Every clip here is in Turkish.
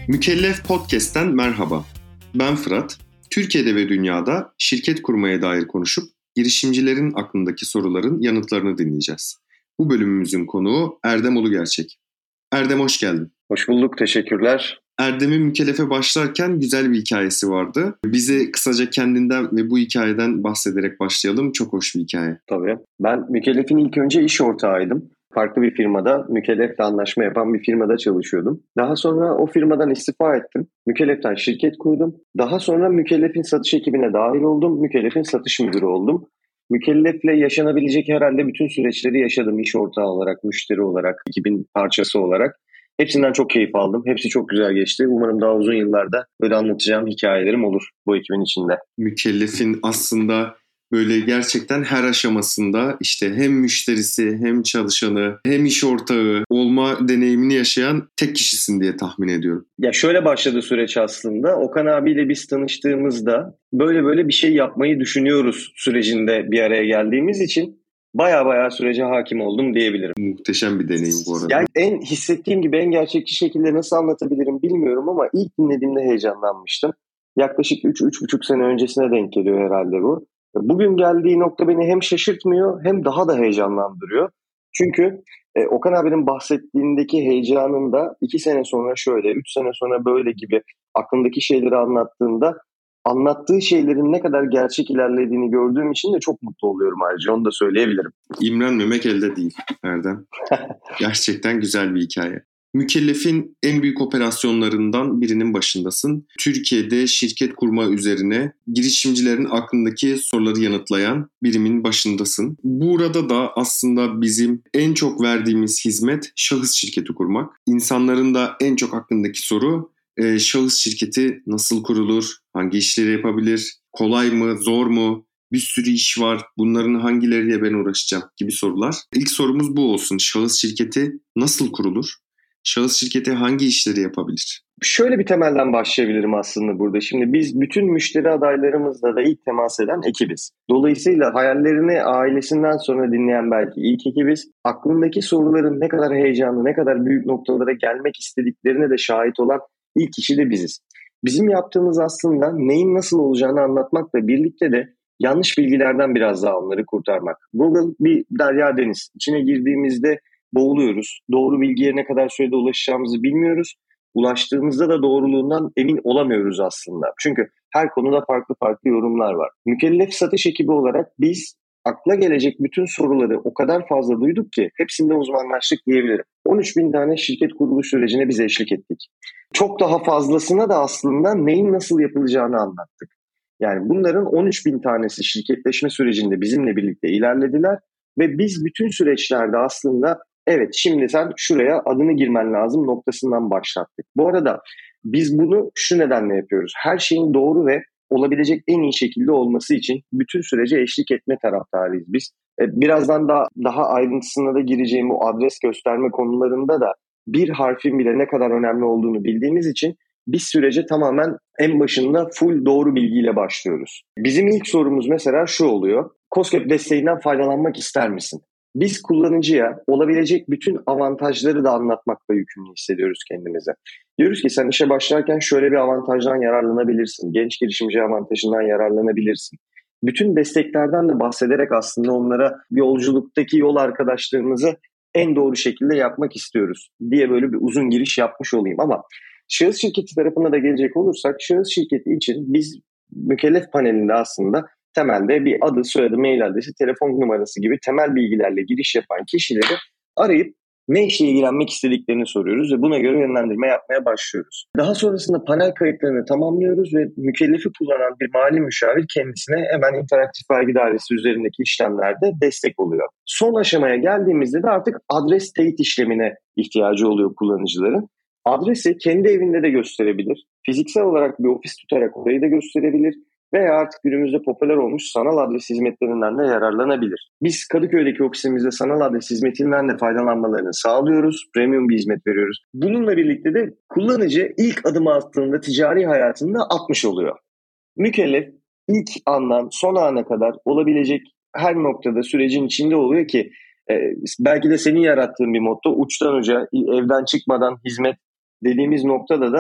Mükellef Podcast'ten merhaba. Ben Fırat. Türkiye'de ve dünyada şirket kurmaya dair konuşup girişimcilerin aklındaki soruların yanıtlarını dinleyeceğiz. Bu bölümümüzün konuğu Erdem Ulugerçek. Erdem hoş geldin. Hoş bulduk, teşekkürler. Erdem'in Mükellef'e başlarken güzel bir hikayesi vardı. Bize kısaca kendinden ve bu hikayeden bahsederek başlayalım. Çok hoş bir hikaye. Tabii. Ben Mükellef'in ilk önce iş ortağıydım. Farklı bir firmada, Mükellef'le anlaşma yapan bir firmada çalışıyordum. Daha sonra o firmadan istifa ettim. Mükellef'ten şirket kurdum. Daha sonra Mükellef'in satış ekibine dahil oldum. Mükellef'in satış müdürü oldum. Mükellef'le yaşanabilecek herhalde bütün süreçleri yaşadım. İş ortağı olarak, müşteri olarak, ekibin parçası olarak. Hepsinden çok keyif aldım. Hepsi çok güzel geçti. Umarım daha uzun yıllarda böyle anlatacağım hikayelerim olur bu ekibin içinde. Mükellef'in aslında böyle gerçekten her aşamasında işte hem müşterisi hem çalışanı hem iş ortağı olma deneyimini yaşayan tek kişisin diye tahmin ediyorum. Ya şöyle başladı süreç aslında. Okan abiyle biz tanıştığımızda böyle bir şey yapmayı düşünüyoruz sürecinde bir araya geldiğimiz için baya sürece hakim oldum diyebilirim. Muhteşem bir deneyim bu arada. Yani en hissettiğim gibi en gerçekçi şekilde nasıl anlatabilirim bilmiyorum ama ilk dinlediğimde heyecanlanmıştım. Yaklaşık 3-3,5 sene öncesine denk geliyor herhalde bu. Bugün geldiği nokta beni hem şaşırtmıyor hem daha da heyecanlandırıyor. Çünkü Okan abinin bahsettiğindeki heyecanın da 2 sene sonra şöyle, 3 sene sonra böyle gibi aklındaki şeyleri anlattığında anlattığı şeylerin ne kadar gerçek ilerlediğini gördüğüm için de çok mutlu oluyorum ayrıca. Onu da söyleyebilirim. İmrenmemek elde değil Erdem. Gerçekten güzel bir hikaye. Mükellef'in en büyük operasyonlarından birinin başındasın. Türkiye'de şirket kurma üzerine girişimcilerin aklındaki soruları yanıtlayan birimin başındasın. Burada da aslında bizim en çok verdiğimiz hizmet şahıs şirketi kurmak. İnsanların da en çok aklındaki soru şahıs şirketi nasıl kurulur, hangi işleri yapabilir, kolay mı, zor mu? Bir sürü iş var. Bunların hangileriyle ben uğraşacağım gibi sorular. İlk sorumuz bu olsun. Şahıs şirketi nasıl kurulur? Şahıs şirketi hangi işleri yapabilir? Şöyle bir temelden başlayabilirim aslında burada. Şimdi biz bütün müşteri adaylarımızla da ilk temas eden ekibiz. Dolayısıyla hayallerini ailesinden sonra dinleyen belki ilk ekibiz. Aklındaki soruların ne kadar heyecanlı, ne kadar büyük noktalara gelmek istediklerine de şahit olan ilk kişi de biziz. Bizim yaptığımız aslında neyin nasıl olacağını anlatmakla birlikte de yanlış bilgilerden biraz daha onları kurtarmak. Google bir derya deniz. İçine girdiğimizde boğuluyoruz. Doğru bilgiye ne kadar sürede ulaşacağımızı bilmiyoruz. Ulaştığımızda da doğruluğundan emin olamıyoruz aslında. Çünkü her konuda farklı yorumlar var. Mükellef satış ekibi olarak biz akla gelecek bütün soruları o kadar fazla duyduk ki hepsinde uzmanlaştık diyebilirim. 13.000 tane şirket kuruluş sürecine biz eşlik ettik. Çok daha fazlasına da aslında neyin nasıl yapılacağını anlattık. Yani bunların 13.000 tanesi şirketleşme sürecinde bizimle birlikte ilerlediler ve biz bütün süreçlerde aslında evet şimdi sen şuraya adını girmen lazım noktasından başlattık. Bu arada biz bunu şu nedenle yapıyoruz. Her şeyin doğru ve olabilecek en iyi şekilde olması için bütün sürece eşlik etme taraftarıyız biz. Birazdan daha ayrıntısına da gireceğim bu adres gösterme konularında da bir harfin bile ne kadar önemli olduğunu bildiğimiz için biz sürece tamamen en başında full doğru bilgiyle başlıyoruz. Bizim ilk sorumuz mesela şu oluyor. KOSGEB desteğinden faydalanmak ister misin? Biz kullanıcıya olabilecek bütün avantajları da anlatmakla yükümlü hissediyoruz kendimize. Diyoruz ki sen işe başlarken şöyle bir avantajdan yararlanabilirsin. Genç girişimci avantajından yararlanabilirsin. Bütün desteklerden de bahsederek aslında onlara yolculuktaki yol arkadaşlığımızı en doğru şekilde yapmak istiyoruz diye böyle bir uzun giriş yapmış olayım. Ama şahıs şirketi tarafına da gelecek olursak şahıs şirketi için biz mükellef panelinde aslında temelde bir adı, soyadı, mail adresi, telefon numarası gibi temel bilgilerle giriş yapan kişileri arayıp ne işle ilgilenmek istediklerini soruyoruz ve buna göre yönlendirme yapmaya başlıyoruz. Daha sonrasında panel kayıtlarını tamamlıyoruz ve mükellefi kullanan bir mali müşavir kendisine hemen interaktif vergi dairesi üzerindeki işlemlerde destek oluyor. Son aşamaya geldiğimizde de artık adres teyit işlemine ihtiyacı oluyor kullanıcıların. Adresi kendi evinde de gösterebilir. Fiziksel olarak bir ofis tutarak orayı da gösterebilir. Veya artık günümüzde popüler olmuş sanal adres hizmetlerinden de yararlanabilir. Biz Kadıköy'deki ofisimizde sanal adres hizmetinden de faydalanmalarını sağlıyoruz. Premium bir hizmet veriyoruz. Bununla birlikte de kullanıcı ilk adım attığında ticari hayatında atmış oluyor. Mükellef ilk andan son ana kadar olabilecek her noktada sürecin içinde oluyor ki belki de senin yarattığın bir motto uçtan uca evden çıkmadan hizmet dediğimiz noktada da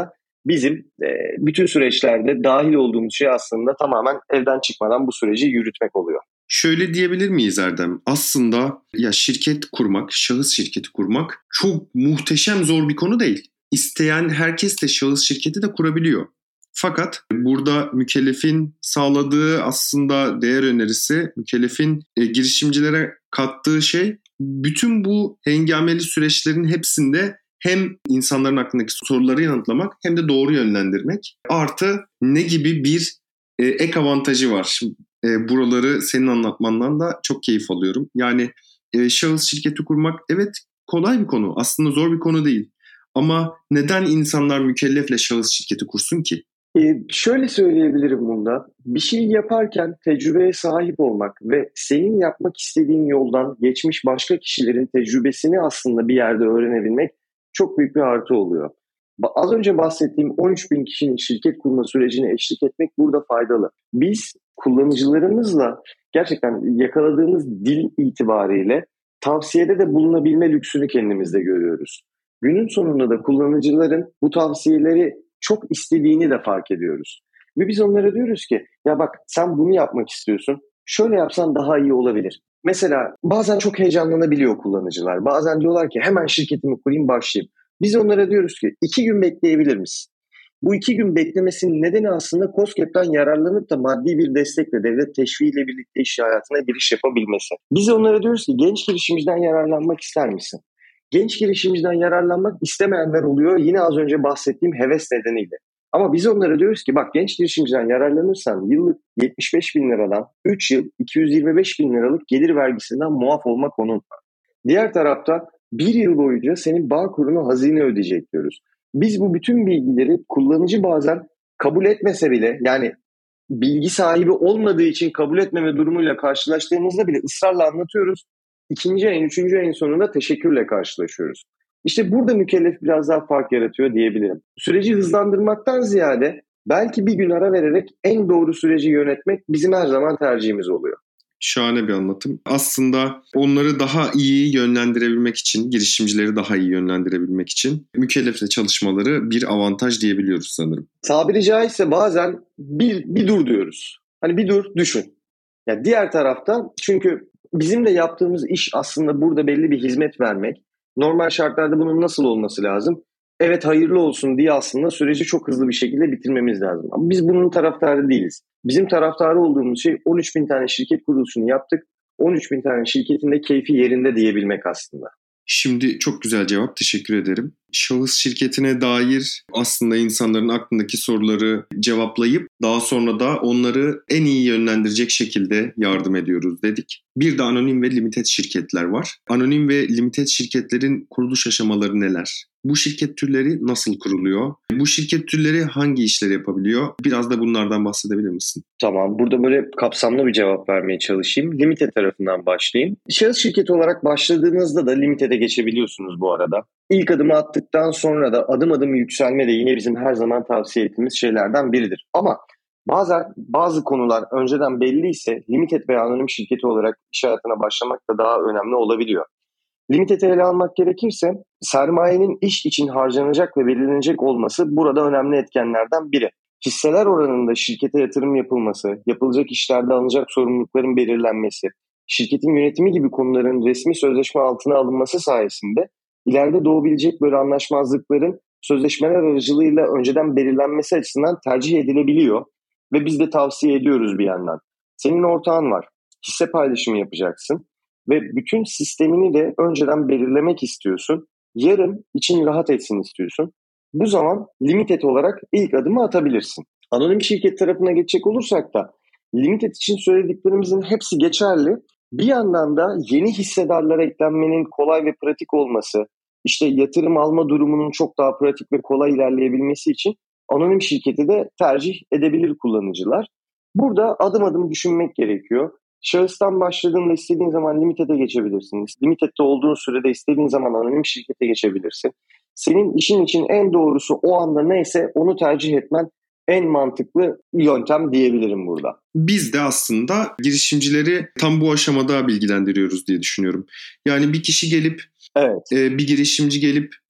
bizim bütün süreçlerde dahil olduğumuz şey aslında tamamen evden çıkmadan bu süreci yürütmek oluyor. Şöyle diyebilir miyiz Erdem? Aslında ya şirket kurmak, şahıs şirketi kurmak çok muhteşem zor bir konu değil. İsteyen herkes de şahıs şirketi de kurabiliyor. Fakat burada mükellefin sağladığı aslında değer önerisi, mükellefin girişimcilere kattığı şey bütün bu hengameli süreçlerin hepsinde hem insanların aklındaki soruları yanıtlamak hem de doğru yönlendirmek. Artı ne gibi bir ek avantajı var. Şimdi buraları senin anlatmandan da çok keyif alıyorum. Yani şahıs şirketi kurmak evet kolay bir konu. Aslında zor bir konu değil. Ama neden insanlar mükellefle şahıs şirketi kursun ki? Şöyle söyleyebilirim bunda. Bir şey yaparken tecrübeye sahip olmak ve senin yapmak istediğin yoldan geçmiş başka kişilerin tecrübesini aslında bir yerde öğrenebilmek çok büyük bir artı oluyor. Az önce bahsettiğim 13 bin kişinin şirket kurma sürecine eşlik etmek burada faydalı. Biz kullanıcılarımızla gerçekten yakaladığımız dil itibariyle tavsiyede de bulunabilme lüksünü kendimizde görüyoruz. Günün sonunda da kullanıcıların bu tavsiyeleri çok istediğini de fark ediyoruz. Ve biz onlara diyoruz ki ya bak sen bunu yapmak istiyorsun. Şöyle yapsan daha iyi olabilir. Mesela bazen çok heyecanlanabiliyor kullanıcılar. Bazen diyorlar ki hemen şirketimi kurayım başlayayım. Biz onlara diyoruz ki 2 gün bekleyebilir misin? Bu 2 gün beklemesinin nedeni aslında KOSGEB'den yararlanıp da maddi bir destekle, devlet teşviğiyle birlikte iş hayatına giriş yapabilmesi. Biz onlara diyoruz ki genç girişimciden yararlanmak ister misin? Genç girişimciden yararlanmak istemeyenler oluyor yine az önce bahsettiğim heves nedeniyle. Ama biz onlara diyoruz ki bak genç girişimciden yararlanırsan yıllık 75 bin liradan 3 yıl 225 bin liralık gelir vergisinden muaf olma konun var. Diğer tarafta 1 yıl boyunca senin Bağkur'una hazine ödeyecek diyoruz. Biz bu bütün bilgileri kullanıcı bazen kabul etmese bile yani bilgi sahibi olmadığı için kabul etmeme durumuyla karşılaştığımızda bile ısrarla anlatıyoruz. 2. ayın, 3. ayın sonunda teşekkürle karşılaşıyoruz. İşte burada mükellef biraz daha fark yaratıyor diyebilirim. Süreci hızlandırmaktan ziyade belki bir gün ara vererek en doğru süreci yönetmek bizim her zaman tercihimiz oluyor. Şahane bir anlatım. Aslında onları daha iyi yönlendirebilmek için, girişimcileri daha iyi yönlendirebilmek için mükellefle çalışmaları bir avantaj diyebiliyoruz sanırım. Tabiri caizse bazen bir dur diyoruz. Hani bir dur, düşün. Ya diğer tarafta çünkü bizim de yaptığımız iş aslında burada belli bir hizmet vermek. Normal şartlarda bunun nasıl olması lazım? Evet hayırlı olsun diye aslında süreci çok hızlı bir şekilde bitirmemiz lazım. Ama biz bunun taraftarı değiliz. Bizim taraftarı olduğumuz şey 13 bin tane şirket kuruluşunu yaptık. 13 bin tane şirketin de keyfi yerinde diyebilmek aslında. Şimdi çok güzel cevap. Teşekkür ederim. Şahıs şirketine dair aslında insanların aklındaki soruları cevaplayıp daha sonra da onları en iyi yönlendirecek şekilde yardım ediyoruz dedik. Bir de anonim ve limited şirketler var. Anonim ve limited şirketlerin kuruluş aşamaları neler? Bu şirket türleri nasıl kuruluyor? Bu şirket türleri hangi işleri yapabiliyor? Biraz da bunlardan bahsedebilir misin? Tamam, burada böyle kapsamlı bir cevap vermeye çalışayım. Limited tarafından başlayayım. Şahıs şirketi olarak başladığınızda da Limited'e geçebiliyorsunuz bu arada. İlk adımı attıktan sonra da adım adım yükselme de yine bizim her zaman tavsiye ettiğimiz şeylerden biridir. Ama bazen bazı konular önceden belliyse Limited veya anonim şirketi olarak iş hayatına başlamak da daha önemli olabiliyor. Limited'i ele almak gerekirse sermayenin iş için harcanacak ve belirlenecek olması burada önemli etkenlerden biri. Hisseler oranında şirkete yatırım yapılması, yapılacak işlerde alınacak sorumlulukların belirlenmesi, şirketin yönetimi gibi konuların resmi sözleşme altına alınması sayesinde ileride doğabilecek böyle anlaşmazlıkların sözleşmeler aracılığıyla önceden belirlenmesi açısından tercih edilebiliyor. Ve biz de tavsiye ediyoruz bir yandan. Senin ortağın var, hisse paylaşımı yapacaksın ve bütün sistemini de önceden belirlemek istiyorsun. Yarın için rahat etsin istiyorsun. Bu zaman Limited olarak ilk adımı atabilirsin. Anonim şirket tarafına geçecek olursak da Limited için söylediklerimizin hepsi geçerli. Bir yandan da yeni hissedarlara eklenmenin kolay ve pratik olması, işte yatırım alma durumunun çok daha pratik ve kolay ilerleyebilmesi için anonim şirketi de tercih edebilir kullanıcılar. Burada adım adım düşünmek gerekiyor. Şahıstan başladığında istediğin zaman Limited'e geçebilirsin. Limited'de olduğun sürede istediğin zaman anonim şirkete geçebilirsin. Senin işin için en doğrusu o anda neyse onu tercih etmen en mantıklı yöntem diyebilirim burada. Biz de aslında girişimcileri tam bu aşamada bilgilendiriyoruz diye düşünüyorum. Yani bir kişi gelip, evet, bir girişimci gelip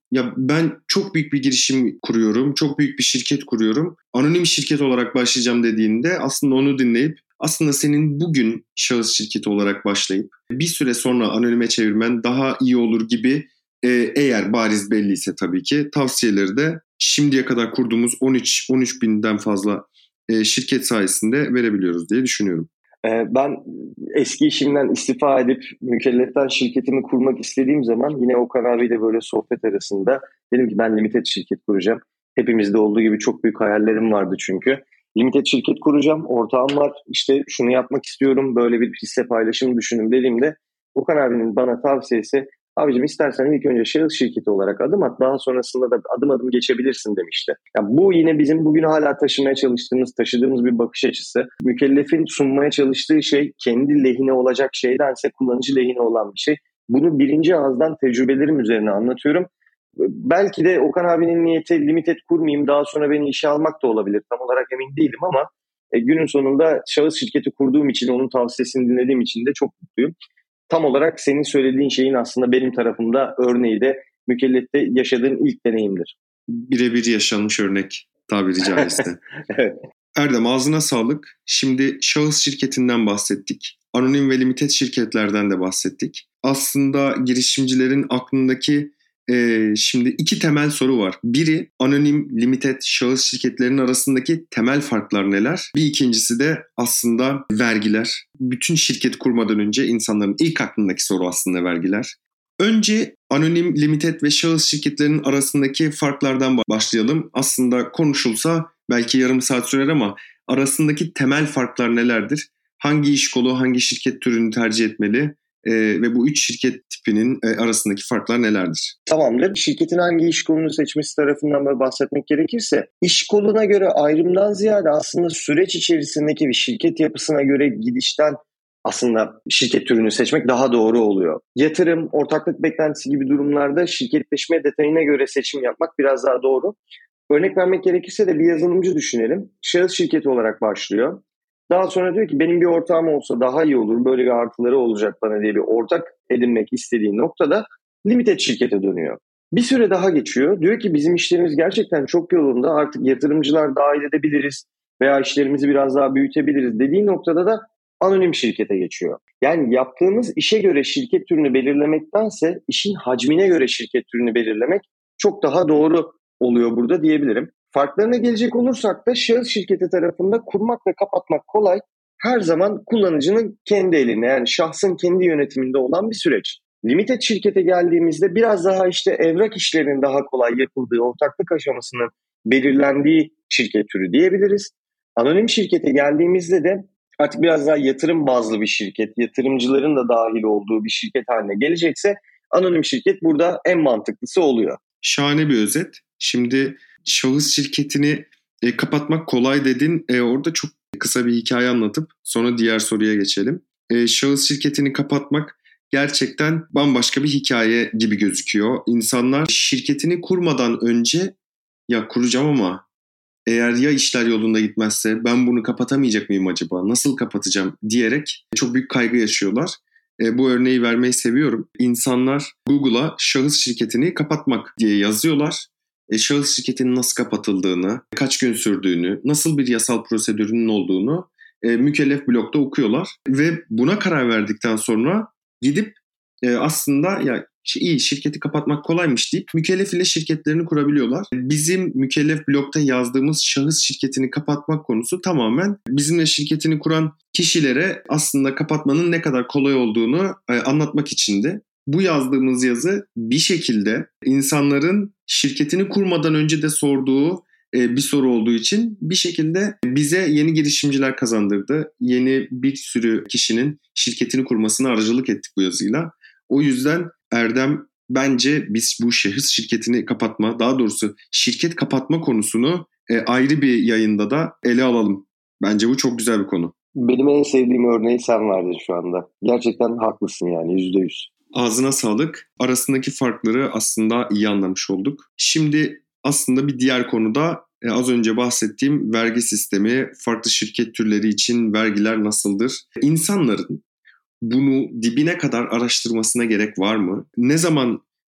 Ya ben çok büyük bir girişim kuruyorum, çok büyük bir şirket kuruyorum. Anonim şirket olarak başlayacağım dediğinde aslında onu dinleyip aslında senin bugün şahıs şirketi olarak başlayıp bir süre sonra anonime çevirmen daha iyi olur gibi eğer bariz belliyse tabii ki tavsiyeleri de şimdiye kadar kurduğumuz 13 binden fazla şirket sayesinde verebiliyoruz diye düşünüyorum. Ben eski işimden istifa edip mükelleften şirketimi kurmak istediğim zaman yine Okan abiyle böyle sohbet arasında dedim ki ben limited şirket kuracağım. Hepimizde olduğu gibi çok büyük hayallerim vardı çünkü. Limited şirket kuracağım, ortağım var, işte şunu yapmak istiyorum, böyle bir hisse paylaşımı düşünün dediğimde Okan abinin bana tavsiyesi, abicim istersen ilk önce şahıs şirketi olarak adım at, daha sonrasında da adım adım geçebilirsin demişti. Yani bu yine bizim bugün hala taşıdığımız bir bakış açısı. Mükellefin sunmaya çalıştığı şey kendi lehine olacak şeydense kullanıcı lehine olan bir şey. Bunu birinci ağızdan tecrübelerim üzerine anlatıyorum. Belki de Okan abinin niyeti limited kurmayayım, daha sonra beni işe almak da olabilir. Tam olarak emin değilim ama günün sonunda şahıs şirketi kurduğum için, onun tavsiyesini dinlediğim için de çok mutluyum. Tam olarak senin söylediğin şeyin aslında benim tarafımda örneği de mükellefte yaşadığım ilk deneyimdir. Birebir yaşanmış örnek tabiri caizse. Evet. Erdem ağzına sağlık. Şimdi şahıs şirketinden bahsettik. Anonim ve limited şirketlerden de bahsettik. Aslında girişimcilerin aklındaki şimdi iki temel soru var. Biri anonim, limited, şahıs şirketlerinin arasındaki temel farklar neler? Bir ikincisi de aslında vergiler. Bütün şirket kurmadan önce insanların ilk aklındaki soru aslında vergiler. Önce anonim, limited ve şahıs şirketlerinin arasındaki farklardan başlayalım. Aslında konuşulsa belki yarım saat sürer ama arasındaki temel farklar nelerdir? Hangi iş kolu, hangi şirket türünü tercih etmeli? Ve bu üç şirket tipinin arasındaki farklar nelerdir? Tamamdır. Şirketin hangi iş kolunu seçmesi tarafından böyle bahsetmek gerekirse, iş koluna göre ayrımdan ziyade aslında süreç içerisindeki bir şirket yapısına göre gidişten aslında şirket türünü seçmek daha doğru oluyor. Yatırım, ortaklık beklentisi gibi durumlarda şirketleşme detayına göre seçim yapmak biraz daha doğru. Örnek vermek gerekirse de bir yazılımcı düşünelim. Şahıs şirketi olarak başlıyor. Daha sonra diyor ki benim bir ortağım olsa daha iyi olur, böyle bir artıları olacak bana diye bir ortak edinmek istediği noktada limited şirkete dönüyor. Bir süre daha geçiyor. Diyor ki bizim işlerimiz gerçekten çok yolunda, artık yatırımcılar dahil edebiliriz veya işlerimizi biraz daha büyütebiliriz dediği noktada da anonim şirkete geçiyor. Yani yaptığımız işe göre şirket türünü belirlemektense işin hacmine göre şirket türünü belirlemek çok daha doğru oluyor burada diyebilirim. Farklarına gelecek olursak da şahıs şirketi tarafında kurmak ve kapatmak kolay. Her zaman kullanıcının kendi elinde, yani şahsın kendi yönetiminde olan bir süreç. Limited şirkete geldiğimizde biraz daha işte evrak işlerinin daha kolay yapıldığı, ortaklık aşamasının belirlendiği şirket türü diyebiliriz. Anonim şirkete geldiğimizde de artık biraz daha yatırım bazlı bir şirket, yatırımcıların da dahil olduğu bir şirket haline gelecekse anonim şirket burada en mantıklısı oluyor. Şahane bir özet. Şimdi şahıs şirketini kapatmak kolay dedin. Orada çok kısa bir hikaye anlatıp sonra diğer soruya geçelim. Şahıs şirketini kapatmak gerçekten bambaşka bir hikaye gibi gözüküyor. İnsanlar şirketini kurmadan önce ya kuracağım ama eğer ya işler yolunda gitmezse ben bunu kapatamayacak mıyım acaba? Nasıl kapatacağım diyerek çok büyük kaygı yaşıyorlar. Bu örneği vermeyi seviyorum. İnsanlar Google'a şahıs şirketini kapatmak diye yazıyorlar. Şahıs şirketinin nasıl kapatıldığını, kaç gün sürdüğünü, nasıl bir yasal prosedürünün olduğunu mükellef blogda okuyorlar. Ve buna karar verdikten sonra gidip aslında ya iyi şirketi kapatmak kolaymış deyip mükellef ile şirketlerini kurabiliyorlar. Bizim mükellef blogda yazdığımız şahıs şirketini kapatmak konusu tamamen bizimle şirketini kuran kişilere aslında kapatmanın ne kadar kolay olduğunu anlatmak içindi. Bu yazdığımız yazı bir şekilde insanların şirketini kurmadan önce de sorduğu bir soru olduğu için bir şekilde bize yeni girişimciler kazandırdı. Yeni bir sürü kişinin şirketini kurmasına aracılık ettik bu yazıyla. O yüzden Erdem bence biz bu şahıs şirketini kapatma, daha doğrusu şirket kapatma konusunu ayrı bir yayında da ele alalım. Bence bu çok güzel bir konu. Benim en sevdiğim örneği sen verdin şu anda. Gerçekten haklısın yani %100. Ağzına sağlık. Arasındaki farkları aslında iyi anlamış olduk. Şimdi aslında bir diğer konuda az önce bahsettiğim vergi sistemi, farklı şirket türleri için vergiler nasıldır? İnsanların bunu dibine kadar araştırmasına gerek var mı? Ne zaman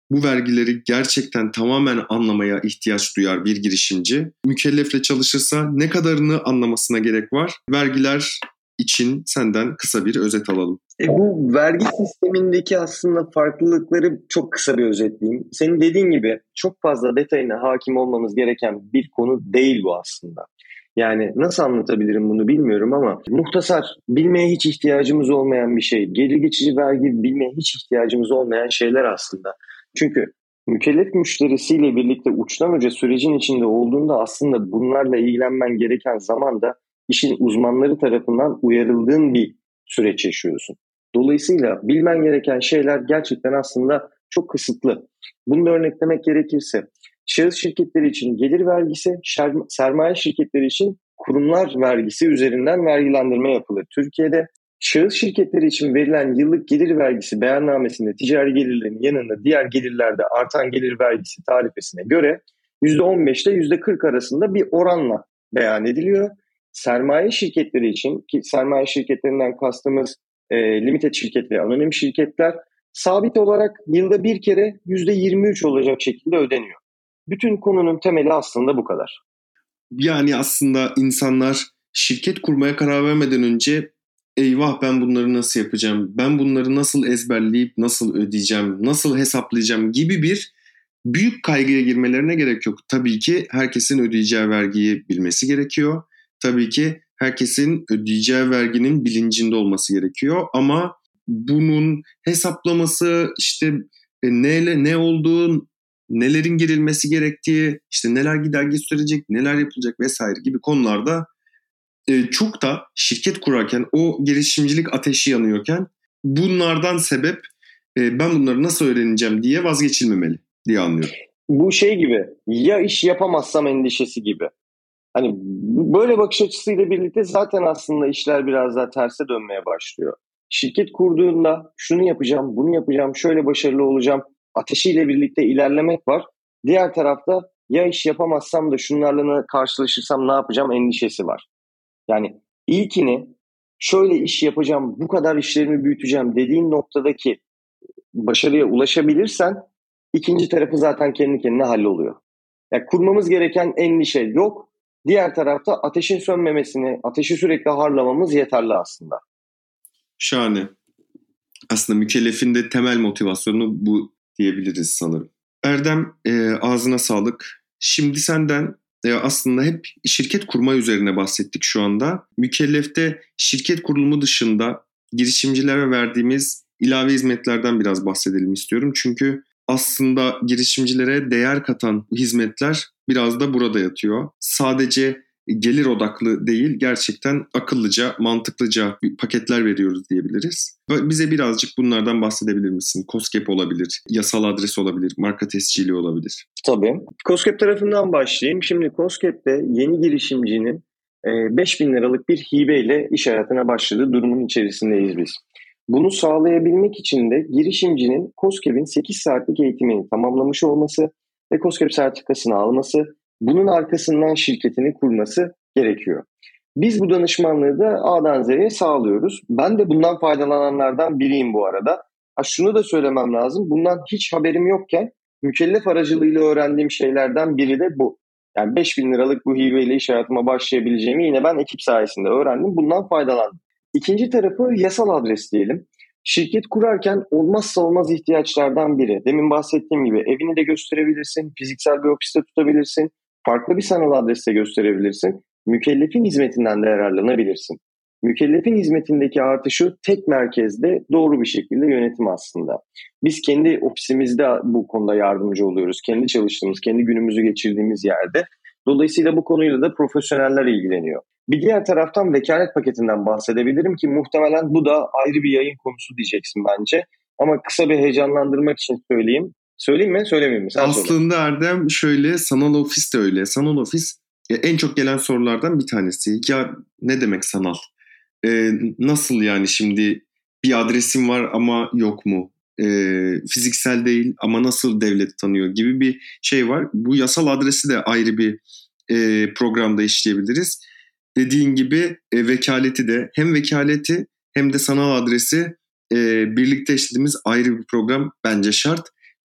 bu vergileri gerçekten tamamen anlamaya ihtiyaç duyar bir girişimci. Mükellefle çalışırsa ne kadarını anlamasına gerek var? Vergiler için senden kısa bir özet alalım. Bu vergi sistemindeki aslında farklılıkları çok kısa bir özetleyeyim. Senin dediğin gibi çok fazla detayına hakim olmamız gereken bir konu değil bu aslında. Yani nasıl anlatabilirim bunu bilmiyorum ama muhtasar, bilmeye hiç ihtiyacımız olmayan bir şey. Gelir geçici vergi, bilmeye hiç ihtiyacımız olmayan şeyler aslında. Çünkü mükellef müşterisiyle birlikte uçtan uca sürecin içinde olduğunda aslında bunlarla ilgilenmen gereken zamanda işin uzmanları tarafından uyarıldığın bir süreç yaşıyorsun. Dolayısıyla bilmen gereken şeyler gerçekten aslında çok kısıtlı. Bunu da örneklemek gerekirse, şahıs şirketleri için gelir vergisi, sermaye şirketleri için kurumlar vergisi üzerinden vergilendirme yapılır. Türkiye'de şahıs şirketleri için verilen yıllık gelir vergisi beyannamesinde ticari gelirlerin yanında diğer gelirlerde artan gelir vergisi tarifesine göre %15 ile %40 arasında bir oranla beyan ediliyor. Sermaye şirketleri için, ki sermaye şirketlerinden kastımız limited şirket ve anonim şirketler, sabit olarak yılda bir kere %23 olacak şekilde ödeniyor. Bütün konunun temeli aslında bu kadar. Yani aslında insanlar şirket kurmaya karar vermeden önce eyvah ben bunları nasıl yapacağım, ben bunları nasıl ezberleyip nasıl ödeyeceğim, nasıl hesaplayacağım gibi bir büyük kaygıya girmelerine gerek yok. Tabii ki herkesin ödeyeceği vergiyi bilmesi gerekiyor. Tabii ki herkesin ödeyeceği verginin bilincinde olması gerekiyor. Ama bunun hesaplaması, işte ne olduğu, nelerin girilmesi gerektiği, işte neler gider gösterecek, neler yapılacak vesaire gibi konularda çok da şirket kurarken o girişimcilik ateşi yanıyorken bunlardan sebep ben bunları nasıl öğreneceğim diye vazgeçilmemeli diye anlıyorum. Bu şey gibi, ya iş yapamazsam endişesi gibi. Hani böyle bakış açısıyla birlikte zaten aslında işler biraz daha terse dönmeye başlıyor. Şirket kurduğunda şunu yapacağım, bunu yapacağım, şöyle başarılı olacağım ateşiyle birlikte ilerlemek var. Diğer tarafta ya iş yapamazsam da şunlarla karşılaşırsam ne yapacağım endişesi var. Yani ilkini şöyle iş yapacağım, bu kadar işlerimi büyüteceğim dediğin noktadaki başarıya ulaşabilirsen ikinci tarafı zaten kendi kendine halloluyor. Yani kurmamız gereken endişe yok. Diğer tarafta ateşin sönmemesini, ateşi sürekli harlamamız yeterli aslında. Şahane. Aslında mükellefin de temel motivasyonu bu diyebiliriz sanırım. Erdem, ağzına sağlık. Şimdi senden aslında hep şirket kurma üzerine bahsettik şu anda. Mükellefte şirket kurulumu dışında girişimcilere verdiğimiz ilave hizmetlerden biraz bahsedelim istiyorum. Çünkü aslında girişimcilere değer katan hizmetler biraz da burada yatıyor. Sadece gelir odaklı değil, gerçekten akıllıca, mantıklıca paketler veriyoruz diyebiliriz. Bize birazcık bunlardan bahsedebilir misin? KOSGEB olabilir, yasal adres olabilir, marka tescili olabilir. Tabii. KOSGEB tarafından başlayayım. Şimdi KOSGEB'de yeni girişimcinin 5.000 liralık bir hibeyle iş hayatına başladığı durumun içerisindeyiz biz. Bunu sağlayabilmek için de girişimcinin KOSGEB'in 8 saatlik eğitimini tamamlamış olması ve KOSGEB sertifikasını alması, bunun arkasından şirketini kurması gerekiyor. Biz bu danışmanlığı da A'dan Z'ye sağlıyoruz. Ben de bundan faydalananlardan biriyim bu arada. Şunu da söylemem lazım. Bundan hiç haberim yokken mükellef aracılığıyla öğrendiğim şeylerden biri de bu. Yani 5.000 liralık bu hibeyle iş hayatıma başlayabileceğimi yine ben ekip sayesinde öğrendim. Bundan faydalandım. İkinci tarafı yasal adres diyelim. Şirket kurarken olmazsa olmaz ihtiyaçlardan biri. Demin bahsettiğim gibi evini de gösterebilirsin, fiziksel bir ofiste tutabilirsin, farklı bir sanal adreste gösterebilirsin. Mükellefin hizmetinden de yararlanabilirsin. Mükellefin hizmetindeki artışı tek merkezde doğru bir şekilde yönetim aslında. Biz kendi ofisimizde bu konuda yardımcı oluyoruz. Kendi çalıştığımız, kendi günümüzü geçirdiğimiz yerde. Dolayısıyla bu konuyla da profesyoneller ilgileniyor. Bir diğer taraftan vekalet paketinden bahsedebilirim ki muhtemelen bu da ayrı bir yayın konusu diyeceksin bence. Ama kısa bir heyecanlandırmak için söyleyeyim. Söyleyeyim mi, söylemeyeyim mi? Sen aslında söyle. Erdem şöyle, sanal ofis de öyle. Sanal ofis en çok gelen sorulardan bir tanesi. Ya ne demek sanal? Nasıl yani şimdi bir adresim var ama yok mu? Fiziksel değil ama nasıl devlet tanıyor gibi bir şey var. Bu yasal adresi de ayrı bir programda işleyebiliriz. Dediğin gibi vekaleti de, hem vekaleti hem de sanal adresi birlikte işlediğimiz ayrı bir program bence şart.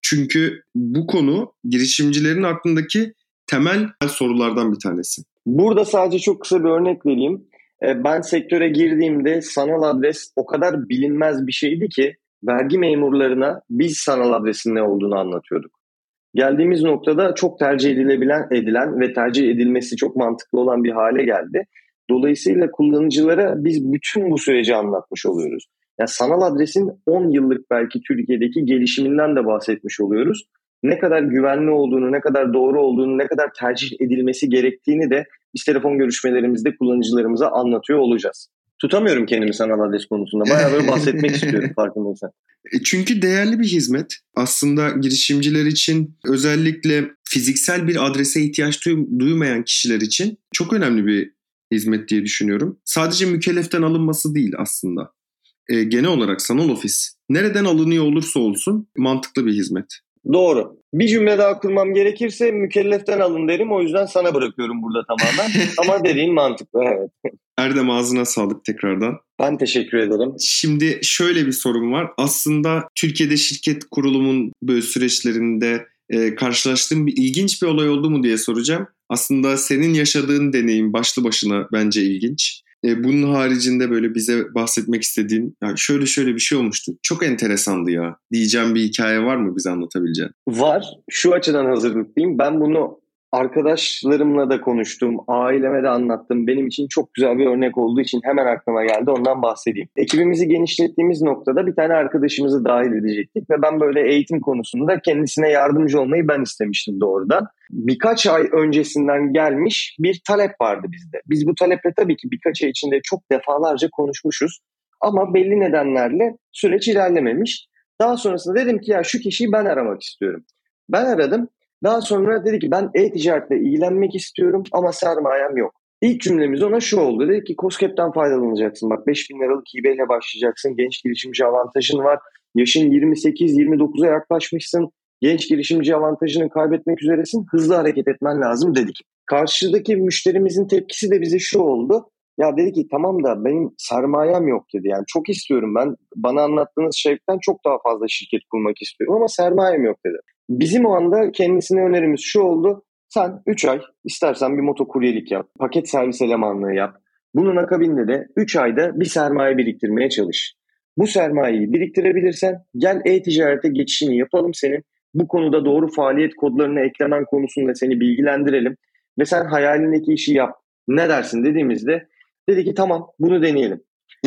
Çünkü bu konu girişimcilerin aklındaki temel sorulardan bir tanesi. Burada sadece çok kısa bir örnek vereyim. Ben sektöre girdiğimde sanal adres o kadar bilinmez bir şeydi ki vergi memurlarına biz sanal adresin ne olduğunu anlatıyorduk. Geldiğimiz noktada çok tercih edilen ve tercih edilmesi çok mantıklı olan bir hale geldi. Dolayısıyla kullanıcılara biz bütün bu süreci anlatmış oluyoruz. Yani sanal adresin 10 yıllık belki Türkiye'deki gelişiminden de bahsetmiş oluyoruz. Ne kadar güvenli olduğunu, ne kadar doğru olduğunu, ne kadar tercih edilmesi gerektiğini de biz telefon görüşmelerimizde kullanıcılarımıza anlatıyor olacağız. Tutamıyorum kendimi sanal adres konusunda. Bayağı böyle bahsetmek istiyorum farkındaysan. Çünkü değerli bir hizmet. Aslında girişimciler için, özellikle fiziksel bir adrese ihtiyaç duymayan kişiler için çok önemli bir hizmet diye düşünüyorum. Sadece mükelleften alınması değil aslında. Genel olarak sanal ofis nereden alınıyor olursa olsun mantıklı bir hizmet. Doğru. Bir cümle daha kurmam gerekirse mükelleften alın derim. O yüzden sana bırakıyorum burada tamamen. Ama dediğin mantıklı. Evet. Erdem, ağzına sağlık tekrardan. Ben teşekkür ederim. Şimdi şöyle bir sorun var. Aslında Türkiye'de şirket kurulumun böyle süreçlerinde karşılaştığım ilginç bir olay oldu mu diye soracağım. Aslında senin yaşadığın deneyim başlı başına bence ilginç. Bunun haricinde böyle bize bahsetmek istediğin, yani şöyle bir şey olmuştu. Çok enteresandı ya diyeceğim bir hikaye var mı bize anlatabileceğin? Var. Şu açıdan hazırlıklıyım. Ben bunu arkadaşlarımla da konuştum, aileme de anlattım. Benim için çok güzel bir örnek olduğu için hemen aklıma geldi. Ondan bahsedeyim. Ekibimizi genişlettiğimiz noktada bir tane arkadaşımızı dahil edecektik ve ben böyle eğitim konusunda kendisine yardımcı olmayı ben istemiştim doğrudan. Birkaç ay öncesinden gelmiş bir talep vardı bizde. Biz bu taleple tabii ki birkaç ay içinde çok defalarca konuşmuşuz. Ama belli nedenlerle süreç ilerlememiş. Daha sonrasında dedim ki ya şu kişiyi ben aramak istiyorum. Ben aradım. Daha sonra dedi ki ben e-ticaretle ilgilenmek istiyorum ama sermayem yok. İlk cümlemiz ona şu oldu. Dedi ki KOSGEB'den faydalanacaksın. Bak 5.000 liralık hibeyle başlayacaksın. Genç girişimci avantajın var. Yaşın 28-29'a yaklaşmışsın. Genç girişimci avantajını kaybetmek üzeresin. Hızlı hareket etmen lazım dedik. Karşıdaki müşterimizin tepkisi de bize şu oldu. Ya dedi ki tamam da benim sermayem yok dedi. Yani çok istiyorum ben. Bana anlattığınız şeyden çok daha fazla şirket kurmak istiyorum ama sermayem yok dedi. Bizim o anda kendisine önerimiz şu oldu. Sen 3 ay istersen bir motokuryelik yap. Paket servis elemanlığı yap. Bunun akabinde de 3 ayda bir sermaye biriktirmeye çalış. Bu sermayeyi biriktirebilirsen gel e-ticarete geçişini yapalım senin. Bu konuda doğru faaliyet kodlarını eklemen konusunda seni bilgilendirelim. Ve sen hayalindeki işi yap. Ne dersin dediğimizde dedi ki tamam bunu deneyelim.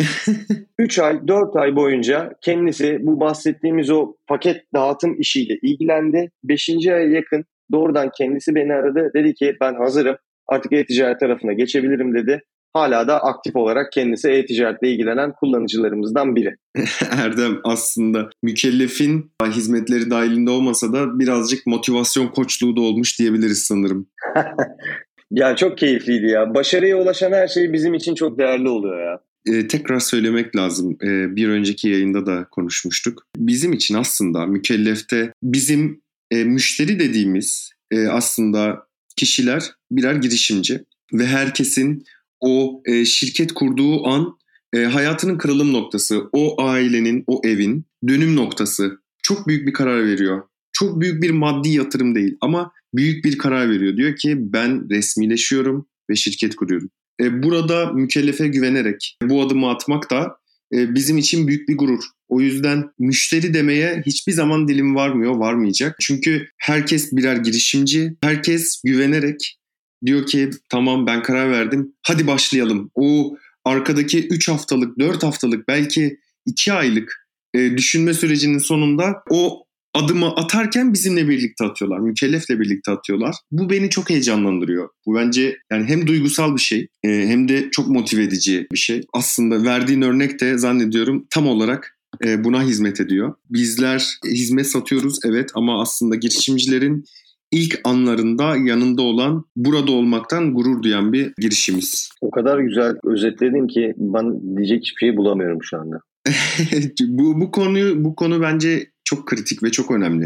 3 ay 4 ay boyunca kendisi bu bahsettiğimiz o paket dağıtım işiyle ilgilendi. 5. aya yakın doğrudan kendisi beni aradı. Dedi ki ben hazırım artık e-ticaret tarafına geçebilirim dedi. Hala da aktif olarak kendisi e-ticaretle ilgilenen kullanıcılarımızdan biri. Erdem, aslında mükellefin hizmetleri dahilinde olmasa da birazcık motivasyon koçluğu da olmuş diyebiliriz sanırım. Ya çok keyifliydi ya. Başarıya ulaşan her şey bizim için çok değerli oluyor ya. Tekrar söylemek lazım. Bir önceki yayında da konuşmuştuk. Bizim için aslında mükellefte bizim müşteri dediğimiz aslında kişiler birer girişimci ve herkesin o şirket kurduğu an hayatının kırılım noktası, o ailenin, o evin dönüm noktası. Çok büyük bir karar veriyor. Çok büyük bir maddi yatırım değil ama büyük bir karar veriyor. Diyor ki ben resmileşiyorum ve şirket kuruyorum. Burada mükellefe güvenerek bu adımı atmak da bizim için büyük bir gurur. O yüzden müşteri demeye hiçbir zaman dilim varmayacak. Çünkü herkes birer girişimci, herkes güvenerek diyor ki tamam ben karar verdim, hadi başlayalım. O arkadaki 3 haftalık, 4 haftalık, belki 2 aylık düşünme sürecinin sonunda o adımı atarken bizimle birlikte atıyorlar. Mükellefle birlikte atıyorlar. Bu beni çok heyecanlandırıyor. Bu bence yani hem duygusal bir şey hem de çok motive edici bir şey. Aslında verdiğin örnek de zannediyorum tam olarak buna hizmet ediyor. Bizler hizmet satıyoruz evet ama aslında girişimcilerin ilk anlarında yanında olan, burada olmaktan gurur duyan bir girişimiz. O kadar güzel özetledin ki ben diyecek hiçbir şey bulamıyorum şu anda. Bu konu bence çok kritik ve çok önemli.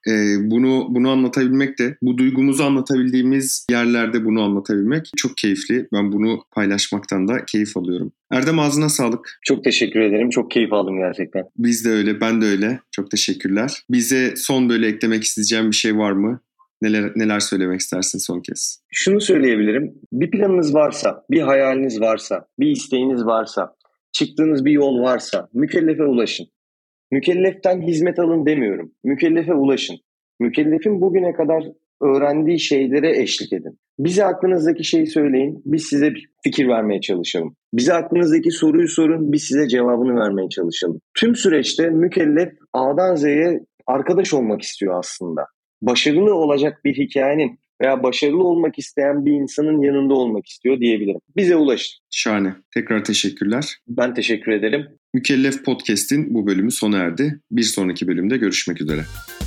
Bunu anlatabilmek de, bu duygumuzu anlatabildiğimiz yerlerde bunu anlatabilmek çok keyifli. Ben bunu paylaşmaktan da keyif alıyorum. Erdem, ağzına sağlık. Çok teşekkür ederim. Çok keyif aldım gerçekten. Biz de öyle, ben de öyle. Çok teşekkürler. Bize son böyle eklemek isteyeceğim bir şey var mı? Neler söylemek istersin son kez? Şunu söyleyebilirim. Bir planınız varsa, bir hayaliniz varsa, bir isteğiniz varsa, çıktığınız bir yol varsa mükellefe ulaşın. Mükelleften hizmet alın demiyorum. Mükellefe ulaşın. Mükellefin bugüne kadar öğrendiği şeylere eşlik edin. Bize aklınızdaki şeyi söyleyin, biz size bir fikir vermeye çalışalım. Bize aklınızdaki soruyu sorun, biz size cevabını vermeye çalışalım. Tüm süreçte mükellef A'dan Z'ye arkadaş olmak istiyor aslında. Başarılı olacak bir hikayenin veya başarılı olmak isteyen bir insanın yanında olmak istiyor diyebilirim. Bize ulaşın. Şahane. Tekrar teşekkürler. Ben teşekkür ederim. Mükellef Podcast'in bu bölümü sona erdi. Bir sonraki bölümde görüşmek üzere.